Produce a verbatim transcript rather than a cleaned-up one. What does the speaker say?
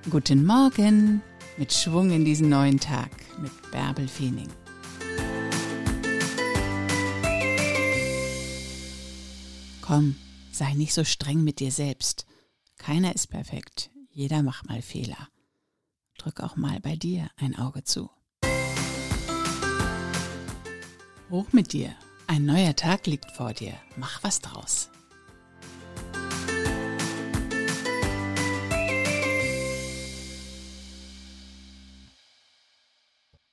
Guten Morgen mit Schwung in diesen neuen Tag mit Bärbel Feening. Komm, sei nicht so streng mit dir selbst. Keiner ist perfekt, jeder macht mal Fehler. Drück auch mal bei dir ein Auge zu. Hoch mit dir, ein neuer Tag liegt vor dir, mach was draus.